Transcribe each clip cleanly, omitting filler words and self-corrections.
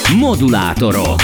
Modulátorok.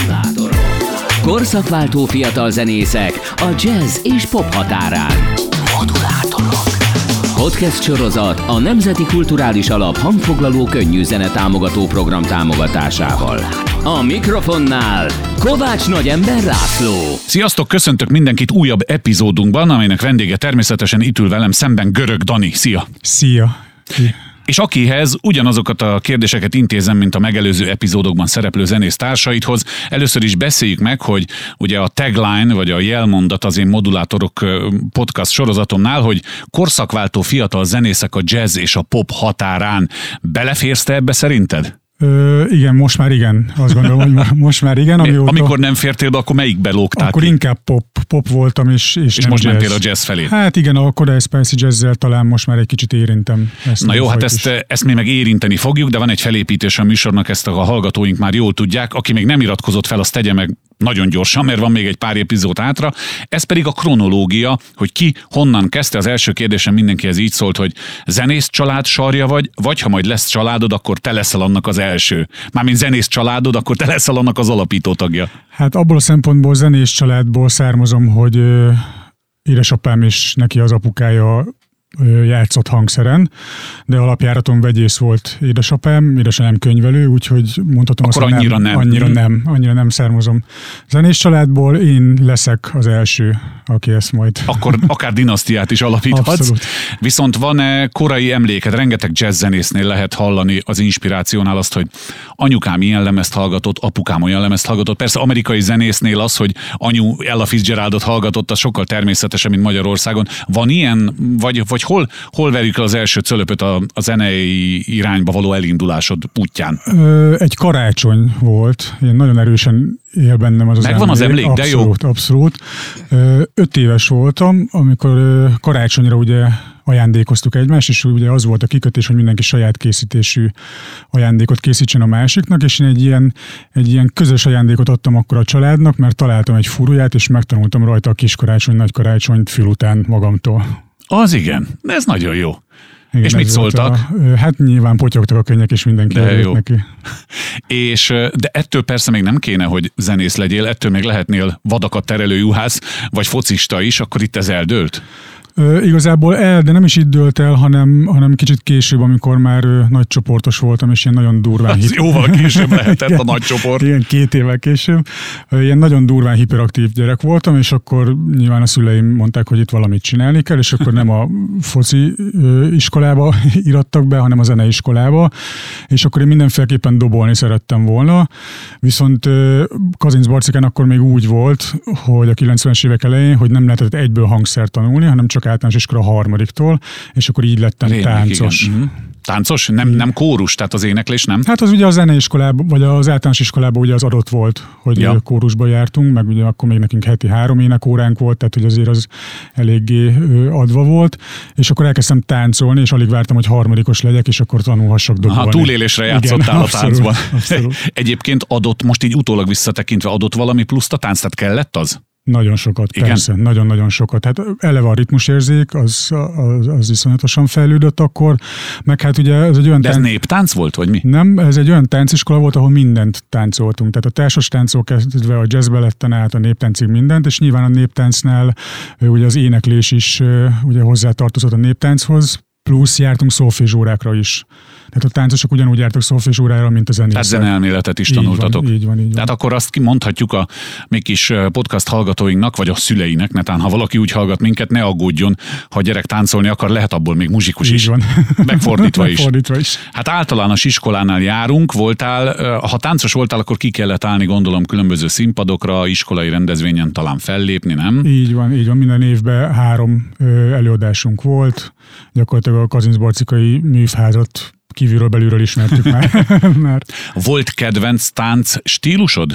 Korszakváltó fiatal zenészek a jazz és pop határán. Modulátorok. Podcast sorozat a Nemzeti Kulturális Alap hangfoglaló könnyű zene támogató program támogatásával. A mikrofonnál Kovács Nagyember László. Sziasztok, köszöntök mindenkit újabb epizódunkban, amelynek vendége természetesen itt ül velem szemben Görög Dani. Szia! Szia! És akihez ugyanazokat a kérdéseket intézem, mint a megelőző epizódokban szereplő zenész társaidhoz. Először is beszéljük meg, hogy ugye a tagline, vagy a jelmondat az én Modulátorok podcast sorozatomnál, hogy korszakváltó fiatal zenészek a jazz és a pop határán. Beleférsz te ebbe szerinted? Igen, most már igen. Azt gondolom, hogy most már igen. Amikor nem fértél be, akkor melyikbe lógtál akkor ki? inkább pop voltam, és nem most jazz. mentél a jazz felé? Hát igen, a korai Spicy Jazz-zel talán most már egy kicsit érintem. Na jó, hát ezt mi meg érinteni fogjuk, de van egy felépítés a műsornak, ezt a hallgatóink már jól tudják. Aki még nem iratkozott fel, azt tegye meg nagyon gyorsan, mert van még egy pár epizód hátra. Ez pedig a kronológia, hogy ki honnan kezdte. Az első kérdésem mindenkihez így szólt, hogy zenész család sarja vagy ha majd lesz családod, akkor te leszel annak az első. Mármint zenész családod, akkor te leszel annak az alapító tagja. Hát abból a szempontból zenész családból származom, hogy édesapám és neki az apukája játszott hangszeren, de alapjáraton vegyész volt édesapám könyvelő, úgyhogy mondhatom akkor azt, annyira nem származom zenés családból, én leszek az első, aki ezt majd... Akkor akár dinasztiát is alapíthatsz. Abszolút. Viszont van-e korai emléked? Rengeteg jazzzenésznél lehet hallani az inspirációnál azt, hogy anyukám ilyen lemezt hallgatott, apukám olyan lemezt hallgatott. Persze amerikai zenésznél az, hogy anyu Ella Fitzgeraldot hallgatott, az sokkal természetesebb, mint Magyarországon. Van ilyen, vagy hol verjük el az első cölöpöt a zenei irányba való elindulásod útján? Egy karácsony volt, én nagyon erősen él bennem az Megvan az emlék, de jó. Abszolút. 5 éves voltam, amikor karácsonyra ugye ajándékoztuk egymást, és ugye az volt a kikötés, hogy mindenki saját készítésű ajándékot készítsen a másiknak, és én egy ilyen közös ajándékot adtam akkor a családnak, mert találtam egy furuját, és megtanultam rajta a kiskarácsony, nagykarácsonyt fül után magamtól. Az igen, de ez nagyon jó. Igen, és mit szóltak? Hát nyilván potyogtak a könnyek, és mindenki örült neki. De ettől persze még nem kéne, hogy zenész legyél, ettől még lehetnél vadakat terelő juhász, vagy focista is, akkor itt ez eldőlt? Igazából de nem is itt dőlt el, hanem kicsit később, amikor már nagycsoportos voltam, és ilyen nagyon durván... Jóval később lehetett a nagycsoport. Igen, 2 évvel később. Ilyen nagyon durván hiperaktív gyerek voltam, és akkor nyilván a szüleim mondták, hogy itt valamit csinálni kell, és akkor nem a foci iskolába irattak be, hanem a zeneiskolába, és akkor én mindenféleképpen dobolni szerettem volna. Viszont Kazincbarcikán akkor még úgy volt, hogy a 90-es évek elején, hogy nem lehetett egyből hangszert tanulni, hanem csak általános iskola 3-tól, és akkor így lettem táncos. Táncos? Nem kórus, tehát az éneklés nem? Hát az ugye a zeneiskolában, vagy az általános iskolában ugye az adott volt, hogy kórusba jártunk, meg ugye akkor még nekünk heti 3 énekóránk volt, tehát hogy azért az eléggé adva volt, és akkor elkezdtem táncolni, és alig vártam, hogy 3-os legyek, és akkor tanulhassak dobolni. Túlélésre játszottál a táncban. Abszolút. Egyébként adott, most így utólag visszatekintve adott valami pluszt a tánc, tehát kellett az? Nagyon sokat, igen? Persze, nagyon-nagyon sokat. Hát eleve a ritmusérzék, az iszonyatosan fejlődött akkor, meg hát ugye ez egy olyan... De ez néptánc volt, vagy mi? Nem, ez egy olyan tánciskola volt, ahol mindent táncoltunk. Tehát a társas táncol kezdve a jazzbaletten át a néptáncig mindent, és nyilván a néptáncnál ugye az éneklés is ugye hozzátartozott a néptánchoz, plusz jártunk szólfézsórákra is. Tehát a táncosok ugyanúgy jártak szólfézsórára, mint a zenészek. Tehát zeneelméletet is tanultatok. Így van. Tehát akkor azt kimondhatjuk a mi kis podcast hallgatóinknak, vagy a szüleinek, netán ha valaki úgy hallgat minket, ne aggódjon, ha a gyerek táncolni akar, lehet abból még muzsikus is. Van. Megfordítva is. Megfordítva is. Hát általános iskolánál járunk, ha táncos voltál, akkor ki kellett állni, gondolom, különböző színpadokra, iskolai rendezvényen talán fellépni, nem? Így van. Minden évben 3 előadásunk volt. Gyakorlatilag a Kazincbarcikai művházat kívülről belülről ismertük már. Volt kedvenc tánc stílusod?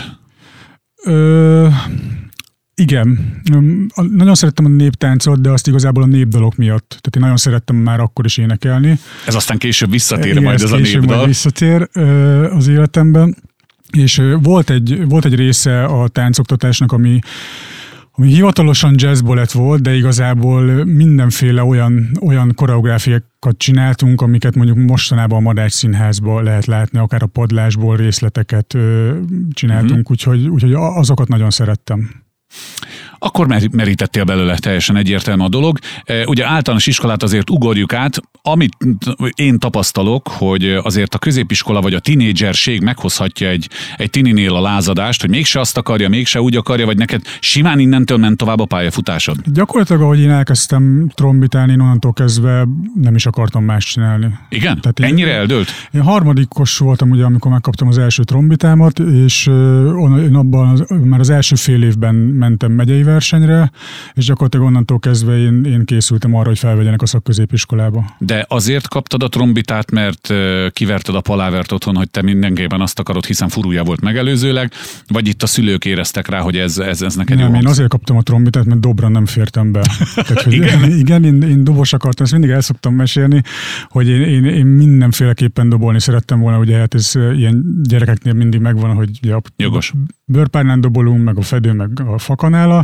Igen. Nagyon szerettem a néptáncot, de azt igazából a népdalok miatt. Tehát én nagyon szerettem már akkor is énekelni. Ez aztán később visszatér majd ez a népdal. Majd visszatér az életemben. És volt egy része a táncoktatásnak, Ami hivatalosan jazz balett volt, de igazából mindenféle olyan koreográfiákat csináltunk, amiket mondjuk mostanában a Madách Színházban lehet látni, akár a padlásból részleteket csináltunk, úgyhogy azokat nagyon szerettem. Akkor merítettél belőle, teljesen egyértelmű a dolog. Ugye általános iskolát azért ugorjuk át, amit én tapasztalok, hogy azért a középiskola vagy a tinédzserség meghozhatja egy tininél a lázadást, hogy mégse azt akarja, mégse úgy akarja, vagy neked simán innentől ment tovább a pályafutásod. Gyakorlatilag, ahogy én elkezdtem trombitálni, onnantól kezdve nem is akartam más csinálni. Igen? Tehát ennyire eldőlt? Én harmadikos voltam, ugye, amikor megkaptam az első trombitámat, és én abban már az első fél évben mentem megyei versenyre, és gyakorlatilag onnantól kezdve én készültem arra, hogy felvegyenek a szakközépiskolába. De azért kaptad a trombitát, mert kiverted a palávert otthon, hogy te mindenképpen azt akarod, hiszen furúja volt megelőzőleg, vagy itt a szülők éreztek rá, hogy ez neked nem, jó? Én azért kaptam a trombitát, mert dobra nem fértem be. Tehát, hogy igen, én dobos akartam, ezt mindig el szoktam mesélni, hogy én mindenféleképpen dobolni szerettem volna, ugye hát ez ilyen gyerekeknél mindig megvan, hogy ugye jogos. Bőrpárnán dobolunk, meg a fedő, meg a fakanála,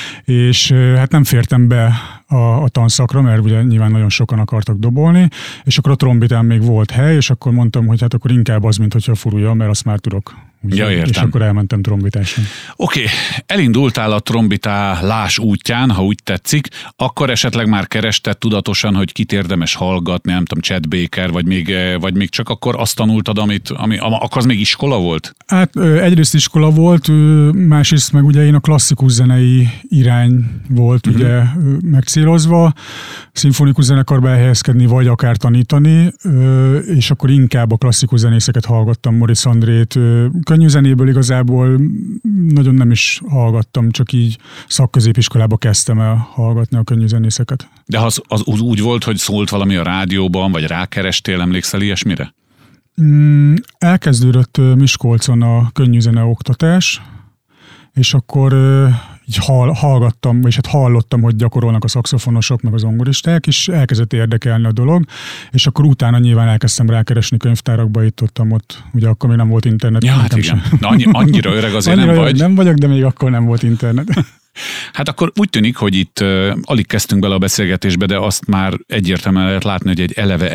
és hát nem fértem be a tanszakra, mert ugye nyilván nagyon sokan akartak dobolni, és akkor a trombitán még volt hely, és akkor mondtam, hogy hát akkor inkább az, mint hogyha furulja, mert azt már tudok. Ja, értem. És akkor elmentem trombitáson. Oké, elindultál a trombitálás útján, ha úgy tetszik, akkor esetleg már kerested tudatosan, hogy kit érdemes hallgatni, nem tudom, Chet Baker, vagy még csak akkor azt tanultad, akkor az még iskola volt? Hát egyrészt iskola volt, másrészt meg ugye én a klasszikus zenei irány volt ugye megcélozva, szimfonikus zenekarba elhelyezkedni, vagy akár tanítani, és akkor inkább a klasszikus zenészeket hallgattam, Maurice Andrét, könnyű zenéből igazából nagyon nem is hallgattam, csak így szakközépiskolába kezdtem el hallgatni a könnyű zenészeket. De az úgy volt, hogy szólt valami a rádióban, vagy rákerestél, emlékszel ilyesmire? Elkezdődött Miskolcon a könnyű zene oktatás, és akkor így hallgattam, és hát hallottam, hogy gyakorolnak a szaxofonosok, meg az zongoristák, és elkezdett érdekelni a dolog, és akkor utána nyilván elkezdtem rákeresni könyvtárakba, ott, ugye akkor még nem volt internet. Ja, hát igen. Annyira öreg azért annyira nem vagy. Nem vagyok, de még akkor nem volt internet. Hát akkor úgy tűnik, hogy itt alig kezdtünk bele a beszélgetésbe, de azt már egyértelműen lehet látni, hogy egy eleve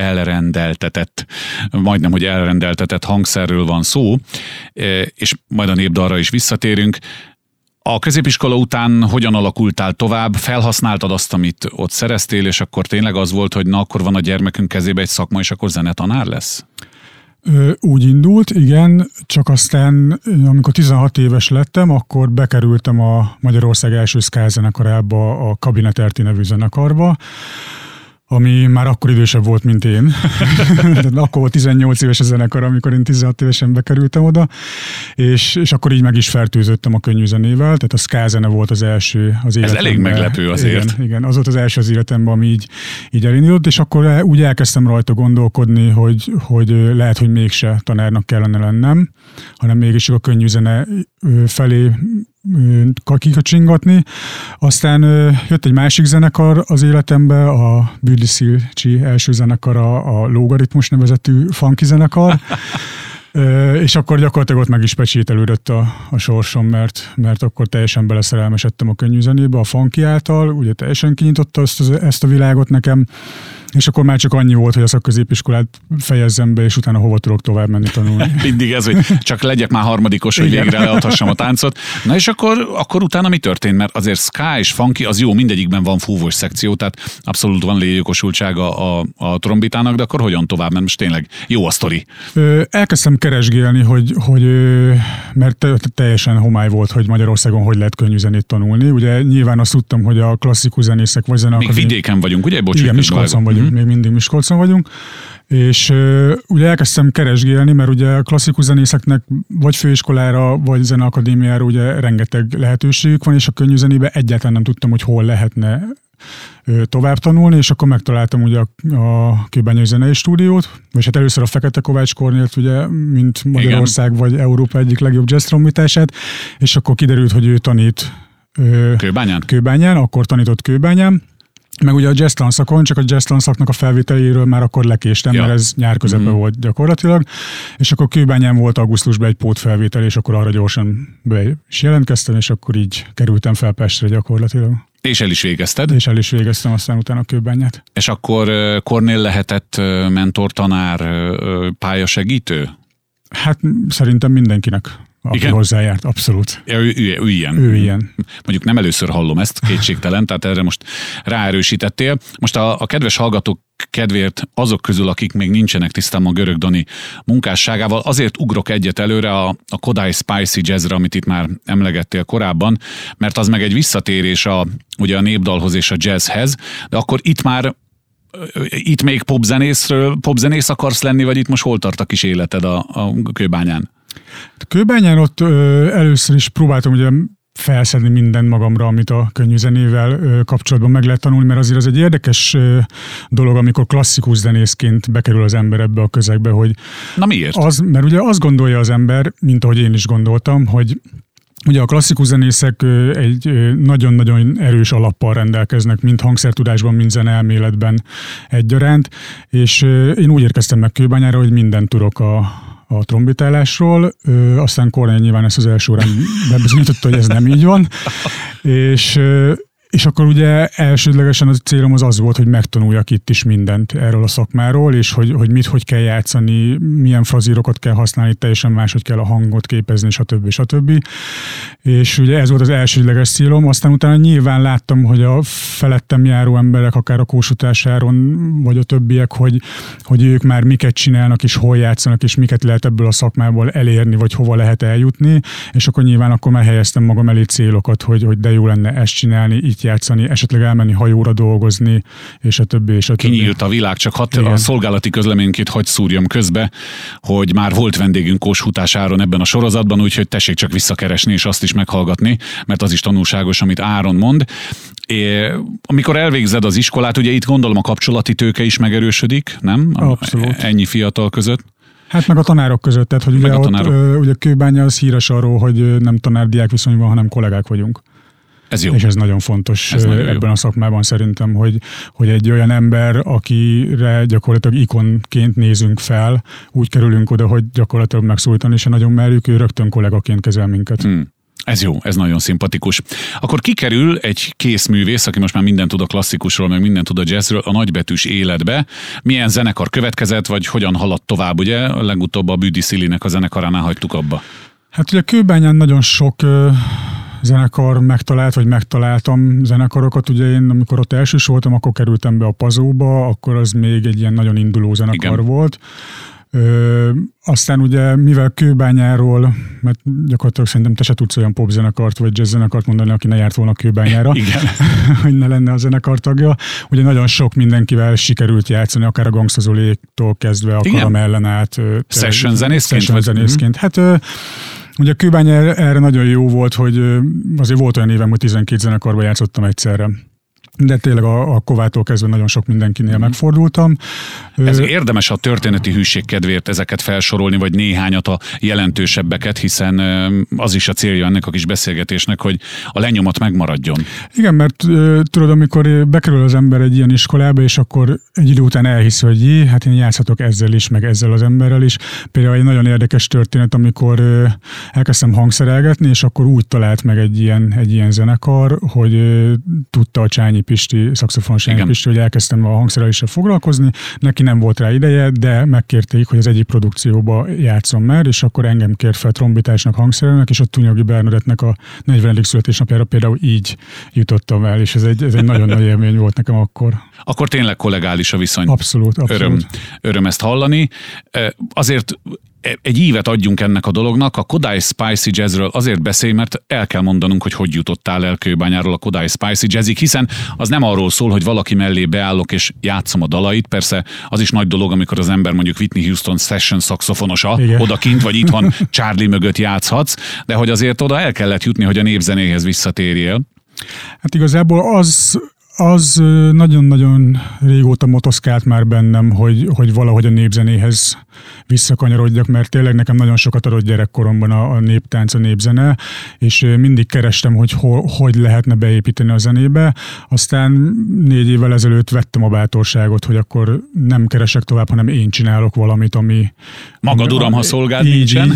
majdnem, hogy elrendeltetett hangszerről van szó, és majd a népdalra is visszatérünk. A középiskola után hogyan alakultál tovább? Felhasználtad azt, amit ott szereztél, és akkor tényleg az volt, hogy na, akkor van a gyermekünk kezébe egy szakma, és akkor zenetanár lesz? Úgy indult, igen, csak aztán, amikor 16 éves lettem, akkor bekerültem a Magyarország első ska zenekarába, a Kabinet RT nevű zenekarba, ami már akkor idősebb volt, mint én. Akkor volt 18 éves a zenekar, amikor én 16 évesen bekerültem oda, és akkor így meg is fertőzöttem a könnyű zenével, tehát a ska zene volt az első az életemben. Ez elég meglepő azért. Igen, az volt az első az életemben, ami így elindult, és akkor úgy elkezdtem rajta gondolkodni, hogy lehet, hogy mégse tanárnak kellene lennem, hanem mégis a könnyű zene felé kikacsingatni. Aztán jött egy másik zenekar az életembe, a Bűdli Szilcsi első zenekara, a Logaritmus nevezetű funky zenekar, és akkor gyakorlatilag ott meg is pecsételődött a sorsom, mert akkor teljesen beleszerelmesedtem a könnyű zenébe, a funky által, ugye teljesen kinyitotta ezt a világot nekem, és akkor már csak annyi volt, hogy a szakközépiskolát fejezzem be, és utána hova tudok tovább menni tanulni. Mindig ez, hogy csak legyek már harmadikos, hogy végre leadhassam a táncot. Na és akkor utána mi történt? Mert azért ska és funky, az jó, mindegyikben van fúvós szekció, tehát abszolút van létjogosultsága a trombitának, de akkor hogyan tovább? Mert most tényleg jó a sztori. Elkezdtem keresgélni, mert teljesen homály volt, hogy Magyarországon hogy lehet könnyű zenét tanulni. Ugye nyilván azt tudtam, hogy a klasszikus zenészek vagy zeneakadémiák. Még vidéken vagyunk, ugye? Igen, Miskolcon vagyunk. Még mindig Miskolcon vagyunk, és ugye elkezdtem keresgélni, mert ugye a klasszikus zenészeknek vagy főiskolára, vagy zeneakadémiára ugye rengeteg lehetőségük van, és a könnyű zenébe egyáltalán nem tudtam, hogy hol lehetne tovább tanulni, és akkor megtaláltam ugye a Kőbányai Zenei Stúdiót, vagy hát először a Fekete Kovács Kornélt, ugye, mint Magyarország vagy Európa egyik legjobb jazz trombitását, és akkor kiderült, hogy ő tanít Kőbányán, akkor tanított Kőbányán, Meg ugye a jazz tanszakon, csak a jazz tanszaknak a felvételéről már akkor lekéstem, mert ez nyár közepe volt gyakorlatilag, és akkor Kőbányán volt augusztusban egy pótfelvétel, és akkor arra gyorsan be is jelentkeztem, és akkor így kerültem fel Pestre gyakorlatilag. És el is végezted? És el is végeztem aztán utána a Kőbányát. És akkor Kornél lehetett mentor, tanár, pályasegítő? Hát szerintem mindenkinek, aki hozzájárt, abszolút. Ja, ő ilyen. Ő ilyen. Mondjuk nem először hallom ezt, kétségtelen, tehát erre most ráerősítettél. Most a kedves hallgatók kedvéért azok közül, akik még nincsenek tisztában a Görög Dani munkásságával, azért ugrok egyet előre a Kodály Spicy Jazzre, amit itt már emlegettél korábban, mert az meg egy visszatérés ugye a népdalhoz és a jazzhez, de akkor itt még popzenész akarsz lenni, vagy itt most hol tart a kis életed a Kőbányán? A Kőbányán ott először is próbáltam ugye felszedni mindent magamra, amit a könnyű zenével kapcsolatban meg lehet tanulni, mert azért az egy érdekes dolog, amikor klasszikus zenészként bekerül az ember ebbe a közegbe, hogy... Na miért? Mert ugye azt gondolja az ember, mint ahogy én is gondoltam, hogy ugye a klasszikus zenészek egy nagyon-nagyon erős alappal rendelkeznek, mind hangszertudásban, mind zeneelméletben egyaránt, és én úgy érkeztem meg Kőbányára, hogy mindent tudok a trombitálásról, aztán Kornél nyilván ezt az első órán bebizonyította, hogy ez nem így van, és akkor ugye elsődlegesen a célom az volt, hogy megtanuljak itt is mindent erről a szakmáról, és hogy kell játszani, milyen frazírokat kell használni, teljesen máshogy kell a hangot képezni, stb. És ugye ez volt az elsődleges célom, aztán utána nyilván láttam, hogy a felettem járó emberek, akár a Kósutásáron, vagy a többiek, hogy ők már miket csinálnak, és hol játszanak, és miket lehet ebből a szakmából elérni, vagy hova lehet eljutni, és akkor nyilván akkor már helyeztem magam elé célokat, hogy de jó lenne ezt csinálni, itt játszani, esetleg elmenni hajóra dolgozni, és a többi, és a többi. Kinyílt a világ, csak a szolgálati közleményként hadd szúrjam közbe, hogy már volt vendégünk Kósutásáron ebben a sorozatban, úgyhogy tessék csak visszakeresni, és azt is meghallgatni, mert az is tanulságos, amit Áron mond. Amikor elvégzed az iskolát, ugye itt gondolom a kapcsolati tőke is megerősödik, nem? Abszolút. Ennyi fiatal között. Hát meg a tanárok között, tehát hogy ugye ott ugye Kőbánya az híres arról, hogy nem tanár-diák viszonyban, hanem kollégák vagyunk. Ez jó. És ez nagyon fontos ebben a szakmában szerintem, hogy egy olyan ember, akire gyakorlatilag ikonként nézünk fel, úgy kerülünk oda, hogy gyakorlatilag megszólítani, és nagyon merjük, ő rögtön kollégaként kezel minket. Ez jó, ez nagyon szimpatikus. Akkor kikerül egy készművész, aki most már mindent tud a klasszikusról, meg mindent tud a jazzről, a nagybetűs életbe. Milyen zenekar következett, vagy hogyan haladt tovább, ugye? Legutóbb a Büdi Szilinek a zenekaránál hagytuk abba. Hát ugye Kőbányán nagyon sok zenekar megtaláltam zenekarokat. Ugye én, amikor ott elsős voltam, akkor kerültem be a Pazóba, akkor az még egy ilyen nagyon induló zenekar volt. Aztán ugye, mivel Kőbányáról, mert gyakorlatilag szerintem te se tudsz olyan popzenekart vagy jazzzenekart mondani, aki ne járt volna Kőbányára, hogy ne lenne a zenekar tagja. Ugye nagyon sok mindenkivel sikerült játszani, akár a Gangsta Zoléktól kezdve a Karamellen át. Session zenészként? Hát ugye Kőbánya erre nagyon jó volt, hogy azért volt olyan évem, hogy 12 zenekarban játszottam egyszerre. De tényleg a Kovától kezdve nagyon sok mindenkinél megfordultam. Ez érdemes a történeti hűség kedvéért ezeket felsorolni, vagy néhányat a jelentősebbeket, hiszen az is a célja ennek a kis beszélgetésnek, hogy a lenyomat megmaradjon. Igen, mert tudod, amikor bekerül az ember egy ilyen iskolába, és akkor egy idő után elhiszi, hogy hát én játszhatok ezzel is, meg ezzel az emberrel is. Például egy nagyon érdekes történet, amikor elkezdtem hangszerelgetni, és akkor úgy talált meg egy ilyen zenekar, hogy tudta a Csányi Pisti, szaxofonos Csányi Pisti, hogy elkezdtem a hangszereléssel foglalkozni. Neki nem volt rá ideje, de megkérték, hogy az egyik produkcióba játszom már, és akkor engem kért fel trombitásnak, hangszerelőnek, és a Tunyagi Bernadettnek a 40. születésnapjára például így jutottam el, és ez egy nagyon nagy élmény volt nekem akkor. Akkor tényleg kollegális a viszony. Abszolút. Öröm ezt hallani. Azért egy ívet adjunk ennek a dolognak. A Kodály Spicy Jazzről azért beszélj, mert el kell mondanunk, hogy jutottál el Kőbányáról a Kodály Spicy Jazzig, hiszen az nem arról szól, hogy valaki mellé beállok és játszom a dalait. Persze az is nagy dolog, amikor az ember mondjuk Whitney Houston session szaxofonosa, odakint vagy itthon Charlie mögött játszhatsz, de hogy azért oda el kellett jutni, hogy a népzenéhez visszatérjél. Hát igazából Az nagyon-nagyon régóta motoszkált már bennem, hogy valahogy a népzenéhez visszakanyarodjak, mert tényleg nekem nagyon sokat adott gyerekkoromban a néptánc, a népzene, és mindig kerestem, hogy lehetne beépíteni a zenébe. Aztán 4 évvel ezelőtt vettem a bátorságot, hogy akkor nem keresek tovább, hanem én csinálok valamit, ami... Magad uram, ha szolgáld nincsen.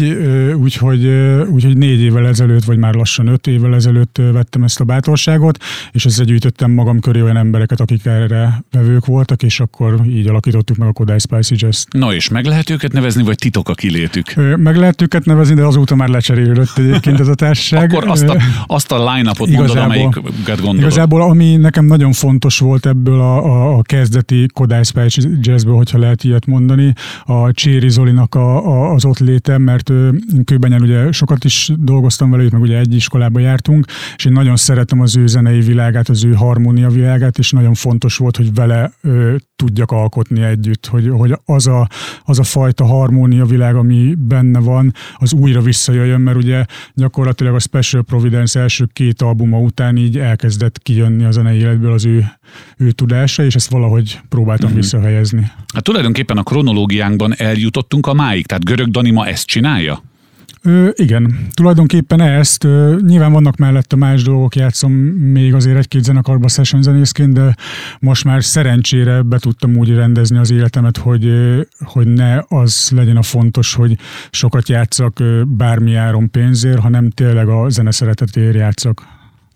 Úgyhogy 4 évvel ezelőtt, vagy már lassan 5 évvel ezelőtt vettem ezt a bátorságot, és összegyűjtöttem magam köré olyan embereket, akik erre vevők voltak, és akkor így alakítottuk meg a Kodály Spicy Jazz-t. Na és meg lehet őket nevezni, vagy titok a kilétük? Meg lehet őket nevezni, de azóta már lecserélődött egyébként ez a társaság. Akkor azt a line-upot mondod, amelyiket gondolod. Igazából, ami nekem nagyon fontos volt ebből a kezdeti Kodály Spicy Jazzből, hogyha lehet ilyet mondani, a Cséri Zolinak az ott léte, mert Kőbenyán ugye sokat is dolgoztam vele, meg ugye egy iskolába jártunk, és én nagyon szeretem az ő zenei világát, az ő harmónia világát, és nagyon fontos volt, hogy vele tudjak alkotni együtt, hogy az a fajta harmónia világ, ami benne van, az újra visszajöjjön, mert ugye gyakorlatilag a Special Providence első 2 albuma után így elkezdett kijönni a zenei életből az ő tudása, és ezt valahogy próbáltam visszahelyezni. Hát tulajdonképpen a kronológiánkban eljutottunk a máig, tehát Görög Dani ma ezt csinálja? Igen, tulajdonképpen ezt, nyilván vannak mellette más dolgok, játszom még azért 1-2 zenekarba session zenészként, de most már szerencsére be tudtam úgy rendezni az életemet, hogy ne az legyen a fontos, hogy sokat játszak bármi áron pénzért, hanem tényleg a zene szeretetért játszak.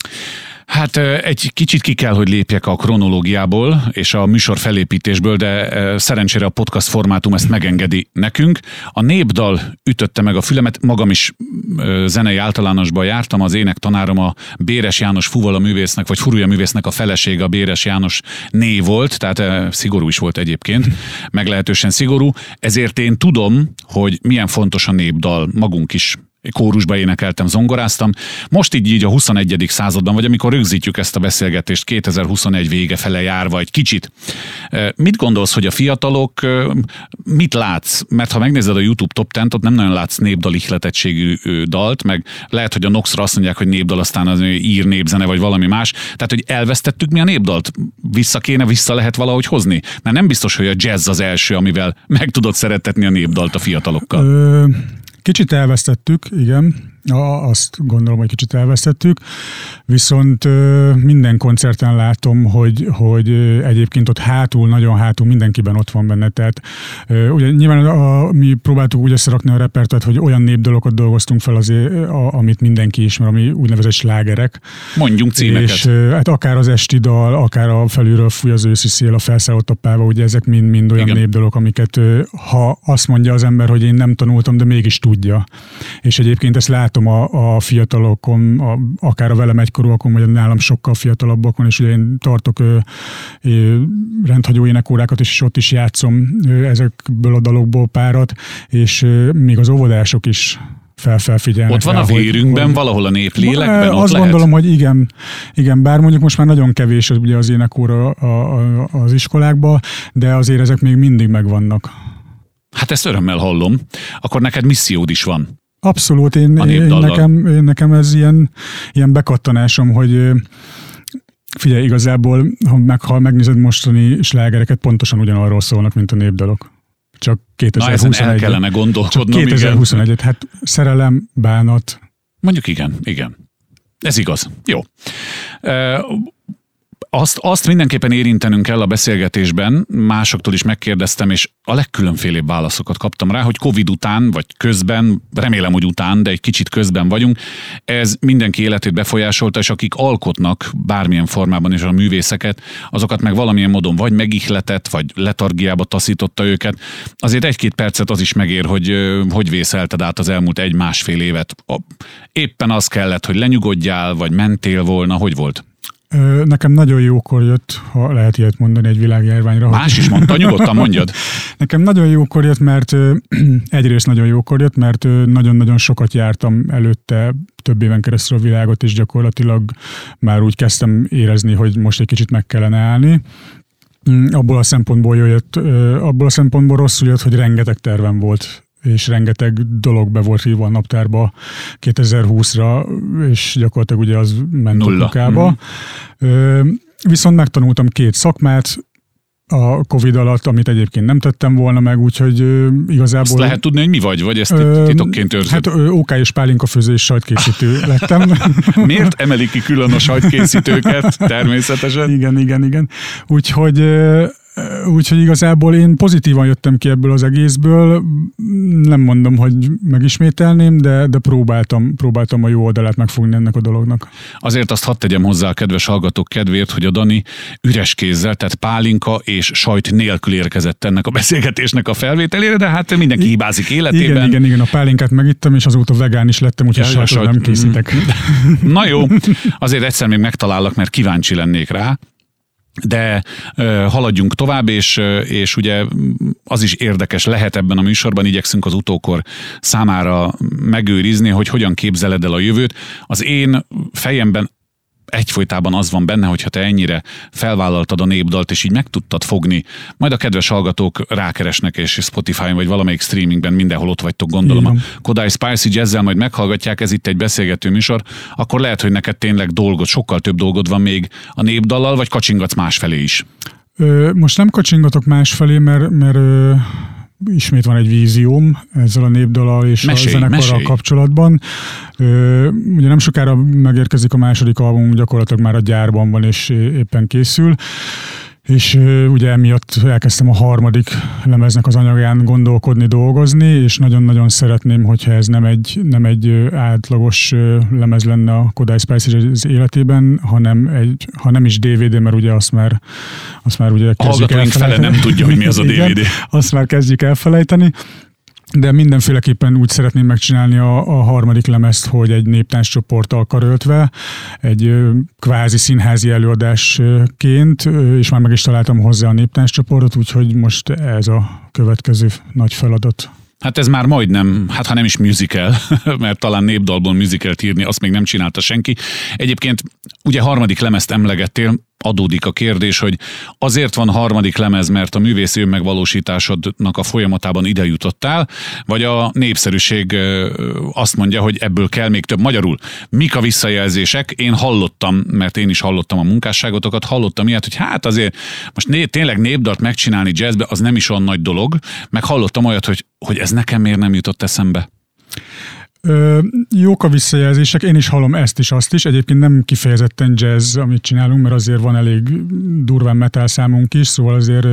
Hát egy kicsit ki kell, hogy lépjek a kronológiából és a műsor felépítésből, de szerencsére a podcast formátum ezt megengedi nekünk. A népdal ütötte meg a fülemet, magam is zenei általánosban jártam, az énektanárom a Béres János Fuvala művésznek, vagy Furulya művésznek a felesége, a Béres János né volt, tehát szigorú is volt egyébként, meglehetősen szigorú, ezért én tudom, hogy milyen fontos a népdal, magunk is kórusba énekeltem, zongoráztam. Most így a 21. században, vagy amikor rögzítjük ezt a beszélgetést 2021 vége fele járva egy kicsit. Mit gondolsz, hogy a fiatalok mit látsz? Mert ha megnézed a YouTube Top 10-t, ott nem nagyon látsz népdal ihletettségű dalt, meg lehet, hogy a Noxra azt mondják, hogy népdal, aztán az ír népzene, vagy valami más. Tehát, hogy elvesztettük mi a népdalt? Vissza lehet valahogy hozni? Mert nem biztos, hogy a jazz az első, amivel meg tudod szerettetni a népdalt a fiatalokkal. Kicsit elvesztettük, igen. Azt gondolom, hogy kicsit elvesztettük, viszont minden koncerten látom, hogy egyébként ott nagyon hátul mindenkiben ott van benne. Tehát ugye nyilván mi próbáltuk úgy összerakni a repertoárt, hogy olyan népdalokat dolgoztunk fel azért, amit mindenki ismer, ami úgynevezett slágerek. Mondjunk címeket. És hát akár az esti dal, akár a Felülről fúj az őszi szél, a Felszállott a páva, ugye ezek mind olyan népdalok, amiket ha azt mondja az ember, hogy én nem tanultam, de mégis tudja. És egyébként ezt látom a fiatalokon, akár a velem egykorúakon, vagy nálam sokkal fiatalabbakon, és ugye én tartok rendhagyó énekórákat, és ott is játszom ezekből a dalokból párat, és még az óvodások is felfigyelnek. Ott van a vérünkben, valahol a néplélekben, ott azt lehet? Gondolom, hogy igen, bár mondjuk most már nagyon kevés ugye az énekóra az iskolákban, de azért ezek még mindig megvannak. Hát ezt örömmel hallom. Akkor neked missziód is van. Abszolút, nekem ez ilyen bekattanásom, hogy figyelj, igazából, ha megnézed mostani slágereket, pontosan ugyanarról szólnak, mint a népdalok. Csak 2021. Na, ezen el kellene gondolkodnom. 2021, igen. Hát szerelem, bánat. Mondjuk igen. Ez igaz. Jó. Azt mindenképpen érintenünk kell a beszélgetésben, másoktól is megkérdeztem, és a legkülönfélébb válaszokat kaptam rá, hogy Covid után, vagy közben, remélem, hogy után, de egy kicsit közben vagyunk, ez mindenki életét befolyásolta, és akik alkotnak bármilyen formában is a művészeket, azokat meg valamilyen módon vagy megihletett, vagy letargiába taszította őket. Azért 1-2 percet az is megér, hogy vészelted át az elmúlt 1-1,5 évet. Éppen az kellett, hogy lenyugodjál, vagy mentél volna, hogy volt? Nekem nagyon jókor jött, ha lehet ilyet mondani egy világjárványra. Más is mondta, nyugodtan mondjad. Nekem nagyon jókor jött, mert egyrészt nagyon jókor jött, mert nagyon-nagyon sokat jártam előtte több éven keresztül a világot, és gyakorlatilag már úgy kezdtem érezni, hogy most egy kicsit meg kellene állni. Abból a szempontból rosszul jött, hogy rengeteg tervem volt, és rengeteg dolog be volt hívva a naptárba 2020-ra, és gyakorlatilag ugye az ment a kukába. Viszont megtanultam 2 szakmát a Covid alatt, amit egyébként nem tettem volna meg, úgyhogy igazából... Azt lehet tudni, hogy mi vagy ezt titokként őrzöd? Hát OK és pálinkafőző sajtkészítő lettem. Miért emelik ki külön a sajtkészítőket természetesen? Igen. Úgyhogy igazából én pozitívan jöttem ki ebből az egészből. Nem mondom, hogy megismételném, de próbáltam a jó oldalát megfogni ennek a dolognak. Azért azt hadd tegyem hozzá a kedves hallgatók kedvéért, hogy a Dani üres kézzel, tehát pálinka és sajt nélkül érkezett ennek a beszélgetésnek a felvételére, de hát mindenki hibázik életében. Igen, a pálinkát megittem, és azóta vegán is lettem, úgyhogy sajtot nem készítek. Na jó, azért egyszer még megtalállak, mert kíváncsi lennék rá. De haladjunk tovább, és ugye az is érdekes lehet ebben a műsorban, igyekszünk az utókor számára megőrizni, hogy hogyan képzeled el a jövőt. Az én fejemben egyfolytában az van benne, hogyha te ennyire felvállaltad a népdalt, és így meg tudtad fogni, majd a kedves hallgatók rákeresnek, és Spotify-on vagy valamelyik streamingben mindenhol ott vagytok, gondolom. Igen. A Kodály Spicy Jazz-zel majd meghallgatják, ez itt egy beszélgető műsor, akkor lehet, hogy neked tényleg sokkal több dolgod van még a népdallal, vagy kacsingatsz másfelé is? Most nem kacsingatok másfelé, mert ismét van egy vízióm ezzel a népdallal és a zenekarral kapcsolatban. Ugye nem sokára megérkezik a második album, gyakorlatilag már a gyárban van és éppen készül. És ugye emiatt elkezdtem a harmadik lemeznek az anyagán gondolkodni, dolgozni, és nagyon-nagyon szeretném, hogyha ez nem egy átlagos lemez lenne a Kodály Spicy az életében, ha nem is DVD, mert ugye azt már ugye kezdjük elfelejteni. Fele nem tudja, hogy mi az a DVD. Igen, azt már kezdjük elfelejteni. De mindenféleképpen úgy szeretném megcsinálni a harmadik lemezt, hogy egy néptánccsoporttal karöltve, egy kvázi színházi előadásként, és már meg is találtam hozzá a néptánccsoportot, úgyhogy most ez a következő nagy feladat. Hát ez már majdnem, ha nem is musical, mert talán népdalból musicalt írni, azt még nem csinálta senki. Egyébként ugye harmadik lemezt emlegettél, adódik a kérdés, hogy azért van harmadik lemez, mert a művészi önmegvalósításodnak a folyamatában ide jutottál, vagy a népszerűség azt mondja, hogy ebből kell még több. Magyarul, mik a visszajelzések? Én hallottam, mert én is hallottam a munkásságotokat, hallottam ilyet, hogy hát azért most tényleg népdalt megcsinálni jazzbe, az nem is olyan nagy dolog, meg hallottam olyat, hogy ez nekem miért nem jutott eszembe. Jók a visszajelzések, én is hallom ezt is, azt is. Egyébként nem kifejezetten jazz, amit csinálunk, mert azért van elég durván metal számunk is, szóval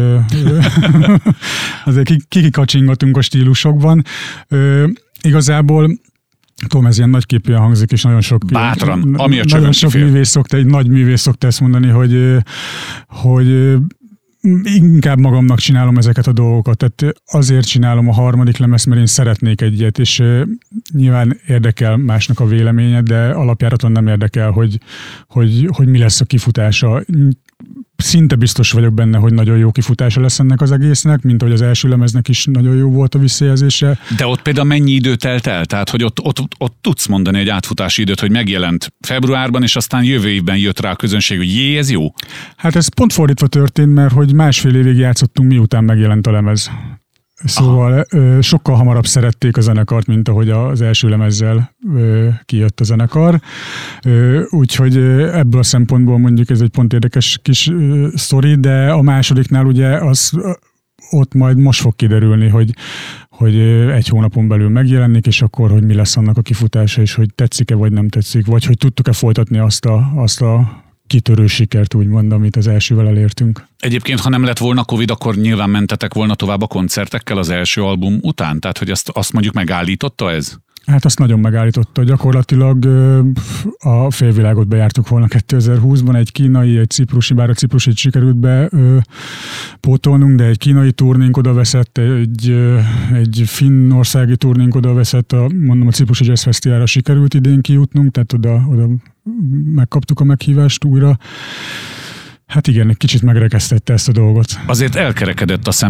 azért kikikacsingatunk a stílusokban. Igazából tudom, ez ilyen nagyképűen hangzik, és nagyon sok... Bátran, ami a nagyon sok egy nagy művész szokta ezt mondani, hogy inkább magamnak csinálom ezeket a dolgokat, tehát azért csinálom a harmadik lemezt, mert én szeretnék egyet, és nyilván érdekel másnak a véleménye, de alapjáraton nem érdekel, hogy mi lesz a kifutása. Szinte biztos vagyok benne, hogy nagyon jó kifutása lesz ennek az egésznek, mint ahogy az első lemeznek is nagyon jó volt a visszajelzése. De ott például mennyi idő telt el? Tehát, hogy ott tudsz mondani egy átfutási időt, hogy megjelent februárban, és aztán jövő évben jött rá a közönség, hogy ez jó? Hát ez pont fordítva történt, mert hogy másfél évig játszottunk, miután megjelent a lemez. Szóval sokkal hamarabb szerették a zenekart, mint ahogy az első lemezzel kijött a zenekar. Úgyhogy ebből a szempontból mondjuk ez egy pont érdekes kis sztori, de a másodiknál ugye ott majd most fog kiderülni, hogy egy hónapon belül megjelenik, és akkor, hogy mi lesz annak a kifutása, és hogy tetszik-e, vagy nem tetszik, vagy hogy tudtuk-e folytatni azt a kitörő sikert, úgymond, amit az elsővel elértünk. Egyébként, ha nem lett volna Covid, akkor nyilván mentetek volna tovább a koncertekkel az első album után? Tehát, hogy azt mondjuk megállította ez? Hát azt nagyon megállította. Gyakorlatilag a félvilágot bejártuk volna 2020-ban, egy kínai, egy ciprusi, bár a ciprusit sikerült bepótolnunk, de egy kínai turnénk oda veszett, egy finnországi turnénk oda veszett, mondom, a ciprusi jazz fesztiválra sikerült idén kijutnunk, tehát oda megkaptuk a meghívást újra. Hát igen, egy kicsit megrekesztette ezt a dolgot. Azért elkerekedett a szemem,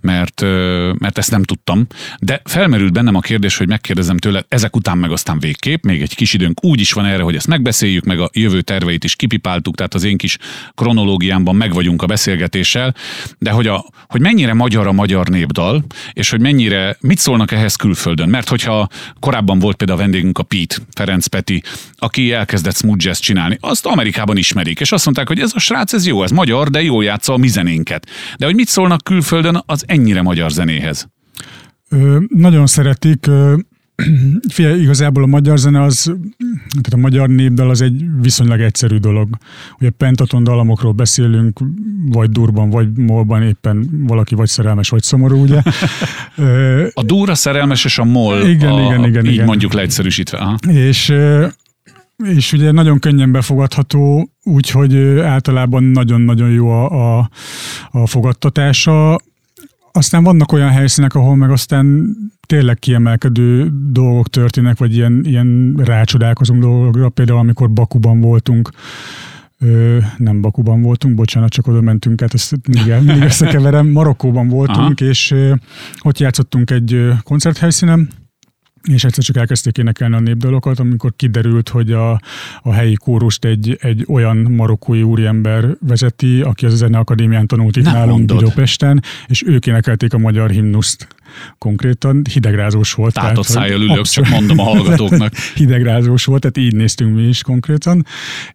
mert ezt nem tudtam, de felmerült bennem a kérdés, hogy megkérdezem tőle, ezek után meg aztán végképp, még egy kis időnk úgy is van erre, hogy ezt megbeszéljük, meg a jövő terveit is kipipáltuk, tehát az én kis kronológiámban meg vagyunk a beszélgetéssel, de hogy mennyire magyar a magyar népdal, és hogy mit szólnak ehhez külföldön, mert hogyha korábban volt például a vendégünk a Pete, Ferenc Peti, aki elkezdett smooth jazz csinálni, azt Amerikában ismerik, és azt mondták, hogy ez a srác, ez jó, ez magyar, de jól játsza a mi zenénket. De hogy mit szólnak külföldön, az ennyire magyar zenéhez? Nagyon szeretik. Figyelj, igazából a magyar zene tehát a magyar népdal az egy viszonylag egyszerű dolog. Ugye pentaton dallamokról beszélünk, vagy durban, vagy molban éppen valaki vagy szerelmes, vagy szomorú, ugye? A dur, a szerelmes és a mol, igen. mondjuk leegyszerűsítve. Aha. És ugye nagyon könnyen befogadható, úgyhogy általában nagyon-nagyon jó a fogadtatása. Aztán vannak olyan helyszínek, ahol meg aztán tényleg kiemelkedő dolgok történnek, vagy ilyen rácsodálkozunk dolgokra. Például amikor Bakuban voltunk, nem Bakuban voltunk, bocsánat, csak oda mentünk át, ezt mindig összekeverem. Marokkóban voltunk, és ott játszottunk egy koncerthelyszínen, és egyszer csak elkezdték énekelni a népdalokat, amikor kiderült, hogy a helyi kórust egy olyan marokkói úriember vezeti, aki az Zeneakadémián tanult itt nálunk Budapesten, és ők énekelték a magyar himnuszt. Konkrétan hidegrázós volt. Tátott szájjal ülök, csak mondom a hallgatóknak. Hidegrázós volt, tehát így néztünk mi is konkrétan,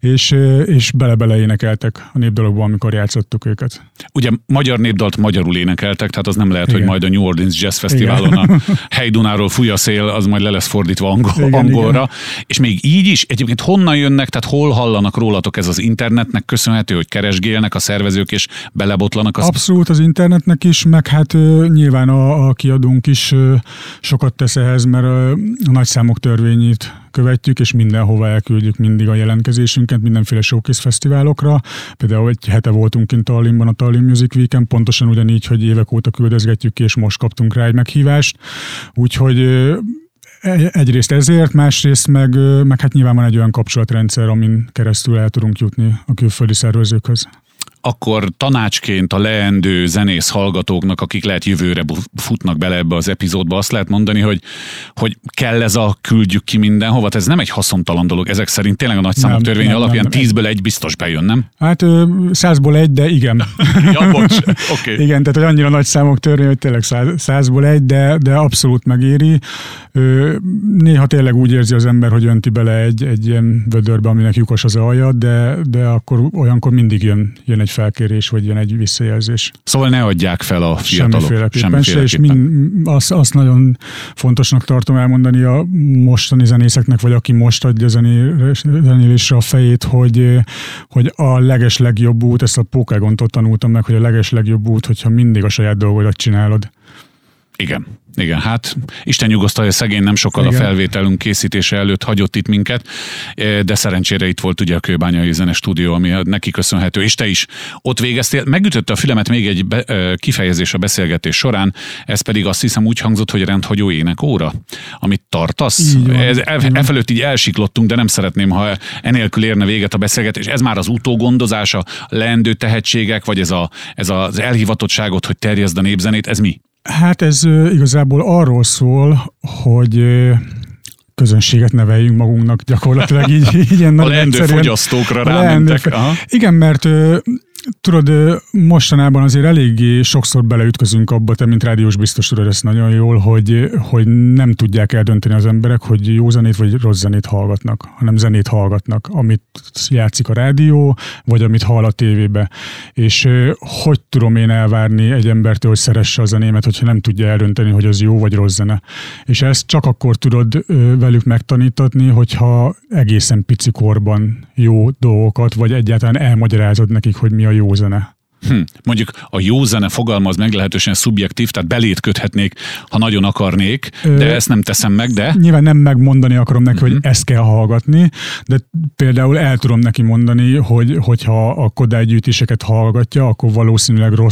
és bele-bele énekeltek a népdalokba, amikor játszottuk őket. Ugye magyar népdalt magyarul énekeltek, tehát az nem lehet, hogy majd a New Orleans Jazz Fesztiválon a Hegydunáról fúj a szél, az majd le lesz fordítva angolra. Igen. És még így is, egyébként honnan jönnek, tehát hol hallanak rólatok, ez az internetnek köszönhető, hogy keresgélnek a szervezők és belebotlanak? Abszolút az internetnek is, meg hát nyilván a kiadónk is sokat tesz ehhez, mert a nagyszámok törvényét követjük, és mindenhova elküldjük mindig a jelentkezésünket, mindenféle showcase fesztiválokra. Például egy hete voltunk kint Tallinnban a Tallinn Music Week-en, pontosan ugyanígy, hogy évek óta küldözgetjük ki, és most kaptunk rá egy meghívást. Úgyhogy egyrészt ezért, másrészt meg hát nyilván van egy olyan kapcsolatrendszer, amin keresztül el tudunk jutni a külföldi szervezőkhöz. Akkor tanácsként a leendő zenész hallgatóknak, akik lehet jövőre futnak bele ebbe az epizódba, azt lehet mondani, hogy kell ez a küldjük ki mindenhova, ez nem egy haszontalan dolog, ezek szerint tényleg a nagyszámok törvény alapján 10-ből 1 biztos bejön, nem? Hát 100-ból 1, de igen. Ja, bocs, okay. Igen, tehát hogy annyira nagy számok törvény, hogy tényleg 100-ból 1, de abszolút megéri. Néha tényleg úgy érzi az ember, hogy önti bele egy ilyen vödörbe, aminek lyukos az alja, de akkor olyankor mindig jön egy felkérés, vagy jön egy visszajelzés. Szóval ne adják fel a fiatalok. Semmiféleképpen. És azt nagyon fontosnak tartom elmondani a mostani zenészeknek, vagy aki most adja zenélésre a fejét, hogy a legeslegjobb út, ezt a Pókágontól tanultam meg, hogy a legeslegjobb út, hogyha mindig a saját dolgodat csinálod. Igen, hát Isten nyugosztalja, szegény nem sokkal a felvételünk készítése előtt hagyott itt minket, de szerencsére itt volt ugye a Kőbányai Zenestúdió, ami neki köszönhető, és te is ott végeztél. Megütötte a fülemet még egy kifejezés a beszélgetés során, ez pedig azt hiszem úgy hangzott, hogy rendhagyó énekóra, amit tartasz. Efelőtt így elsiklottunk, de nem szeretném, ha enélkül érne véget a beszélgetés. Ez már az utógondozás, a leendő tehetségek, vagy ez az elhivatottságot, hogy terjeszd a népzenét, ez mi? Hát ez igazából arról szól, hogy közönséget neveljünk magunknak gyakorlatilag így ilyen a leendő fogyasztókra rámentek. Igen, mert tudod, mostanában azért eléggé sokszor beleütközünk abba, te mint rádiós biztos tudod ezt nagyon jól, hogy nem tudják eldönteni az emberek, hogy jó zenét vagy rossz zenét hallgatnak, hanem zenét hallgatnak, amit játszik a rádió, vagy amit hall a tévébe. És hogy tudom én elvárni egy embertől, hogy szeresse a zenémet, hogyha nem tudja eldönteni, hogy az jó vagy rossz zene. És ezt csak akkor tudod velük megtanítatni, hogyha egészen pici korban jó dolgokat, vagy egyáltalán elmagyarázod nekik, hogy mi a jó zene. Mondjuk a jó zene fogalma az meglehetősen szubjektív, tehát belét köthetnék, ha nagyon akarnék, de ezt nem teszem meg, de... Nyilván nem megmondani akarom neki, hogy ezt kell hallgatni, de például el tudom neki mondani, hogyha a Kodály gyűjtéseket hallgatja, akkor valószínűleg rossz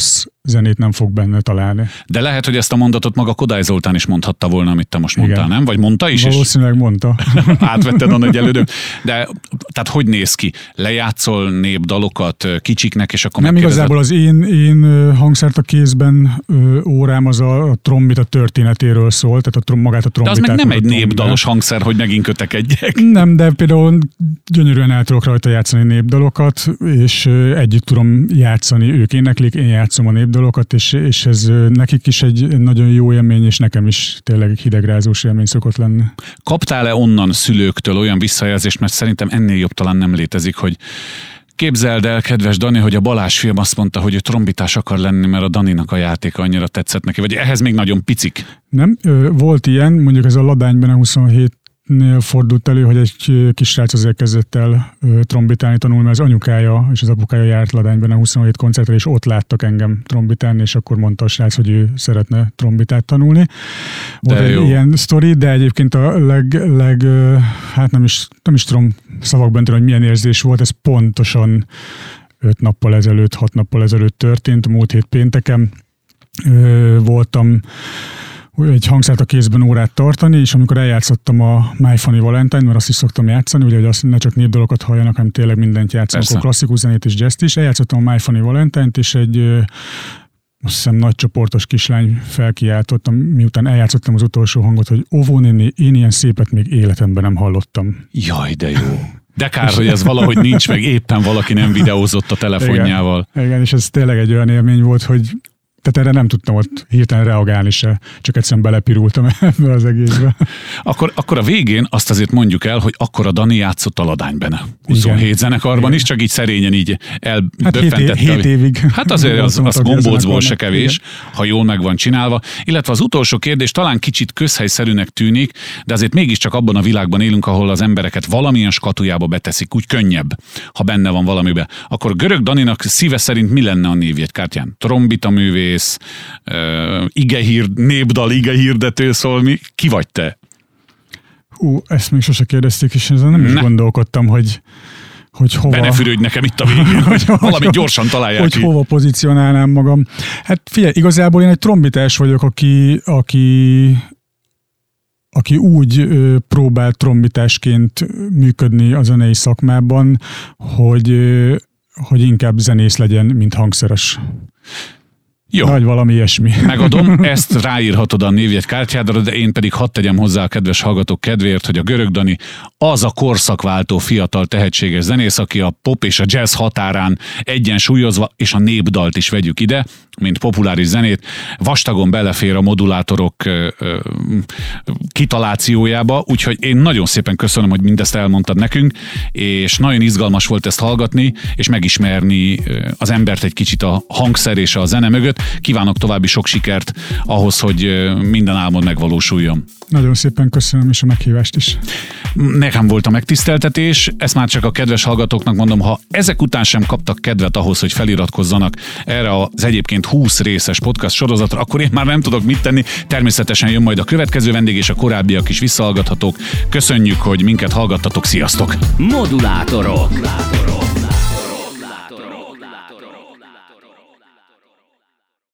zenét nem fog benne találni. De lehet, hogy ezt a mondatot maga Kodály Zoltán is mondhatta volna, amit te most mondtál, nem? Vagy mondta is? Valószínűleg mondta. Átvetted a nagy elődöm. De tehát hogy néz ki? Lejátszol népdalokat kicsiknek, és akkor nem igazából az én hangszert a kézben órám az a trombita történetéről szól, tehát magát a trombitát. De az meg nem egy népdalos hangszer, hogy megint kötekedjek. Nem, de például gyönyörűen el tudok rajta játszani népdalokat, és együtt tudom játszani, ők éneklik, én játszom a népdalokat, és ez nekik is egy nagyon jó élmény, és nekem is tényleg hidegrázós élmény szokott lenni. Kaptál-e onnan szülőktől olyan visszajelzést, mert szerintem ennél jobb talán nem létezik, hogy képzeld el, kedves Dani, hogy a Balázs film azt mondta, hogy ő trombitás akar lenni, mert a Daninak a játéka annyira tetszett neki, vagy ehhez még nagyon picik? Nem, volt ilyen, mondjuk ez a Ladányban a 27-nél fordult elő, hogy egy kis srác azért kezdett el trombitálni tanulni, mert az anyukája és az apukája járt Ladányban a 27 koncertre, és ott láttak engem trombitálni, és akkor mondta a srác, hogy ő szeretne trombitát tanulni. Volt egy ilyen sztori, de egyébként a hát nem is tudom szavakban tenni, hogy milyen érzés volt, ez pontosan 6 nappal ezelőtt történt, múlt hét pénteken voltam egy hangszert a kézben órát tartani, és amikor eljátszottam a My Funny Valentine, mert azt is szoktam játszani, ugye, hogy azt ne csak népdalokat halljanak, hanem tényleg mindent játszanak, akkor klasszikus zenét és jazzt is. Eljátszottam a My Funny Valentine-t, és egy azt hiszem nagy csoportos kislány felkiáltottam, miután eljátszottam az utolsó hangot, hogy óvó néni, én ilyen szépet még életemben nem hallottam. Jaj, de jó. De kár, hogy ez valahogy nincs, meg éppen valaki nem videózott a telefonjával. Igen, és ez tényleg egy olyan élmény volt, hogy tehát erre nem tudtam ott hirtelen reagálni se, csak egyszerűen belepirultam ebbe az egészbe. Akkor a végén azt azért mondjuk el, hogy akkor a Dani játszott a Ladánybene. 27 igen. zenekarban igen. is, csak így szerényen így eldöffentette. Hát 7 évig. Hát azért az gombócból se kevés, igen. ha jól meg van csinálva. Illetve az utolsó kérdés talán kicsit közhelyszerűnek tűnik, de azért mégiscsak abban a világban élünk, ahol az embereket valamilyen skatujába beteszik, úgy könnyebb, ha benne van valamibe. Akkor Görög Daninak szíve szerint mi lenne a névjegykártyán? Trombita művész, népdal igehirdető, szóval ki vagy te? Ezt még sose kérdezték, és ezzel nem is gondolkodtam, hogy hova... Be ne fürödj nekem itt a végén, hogy valamit gyorsan találják hogy ki. Hova pozícionálnám magam. Hát figyelj, igazából én egy trombitás vagyok, aki úgy próbál trombitásként működni a zenei szakmában, hogy inkább zenész legyen, mint hangszeres. Jó. Vagy valami ilyesmi. Megadom, ezt ráírhatod a névjegykártyádra, de én pedig hadd tegyem hozzá a kedves hallgatók kedvéért, hogy a Görög Dani az a korszakváltó fiatal tehetséges zenész, aki a pop és a jazz határán egyensúlyozva, és a népdalt is vegyük ide, mint populáris zenét, vastagon belefér a modulátorok kitalációjába, úgyhogy én nagyon szépen köszönöm, hogy mindezt elmondtad nekünk, és nagyon izgalmas volt ezt hallgatni, és megismerni az embert egy kicsit a hangszer és a zene mögött. Kívánok további sok sikert ahhoz, hogy minden álmod megvalósuljon. Nagyon szépen köszönöm, és a meghívást is. Nekem volt a megtiszteltetés, ezt már csak a kedves hallgatóknak mondom, ha ezek után sem kaptak kedvet ahhoz, hogy feliratkozzanak erre az egyébként 20 részes podcast sorozatra, akkor én már nem tudok mit tenni. Természetesen jön majd a következő vendég, és a korábbiak is visszahallgathatók. Köszönjük, hogy minket hallgattatok, sziasztok! Modulátorok.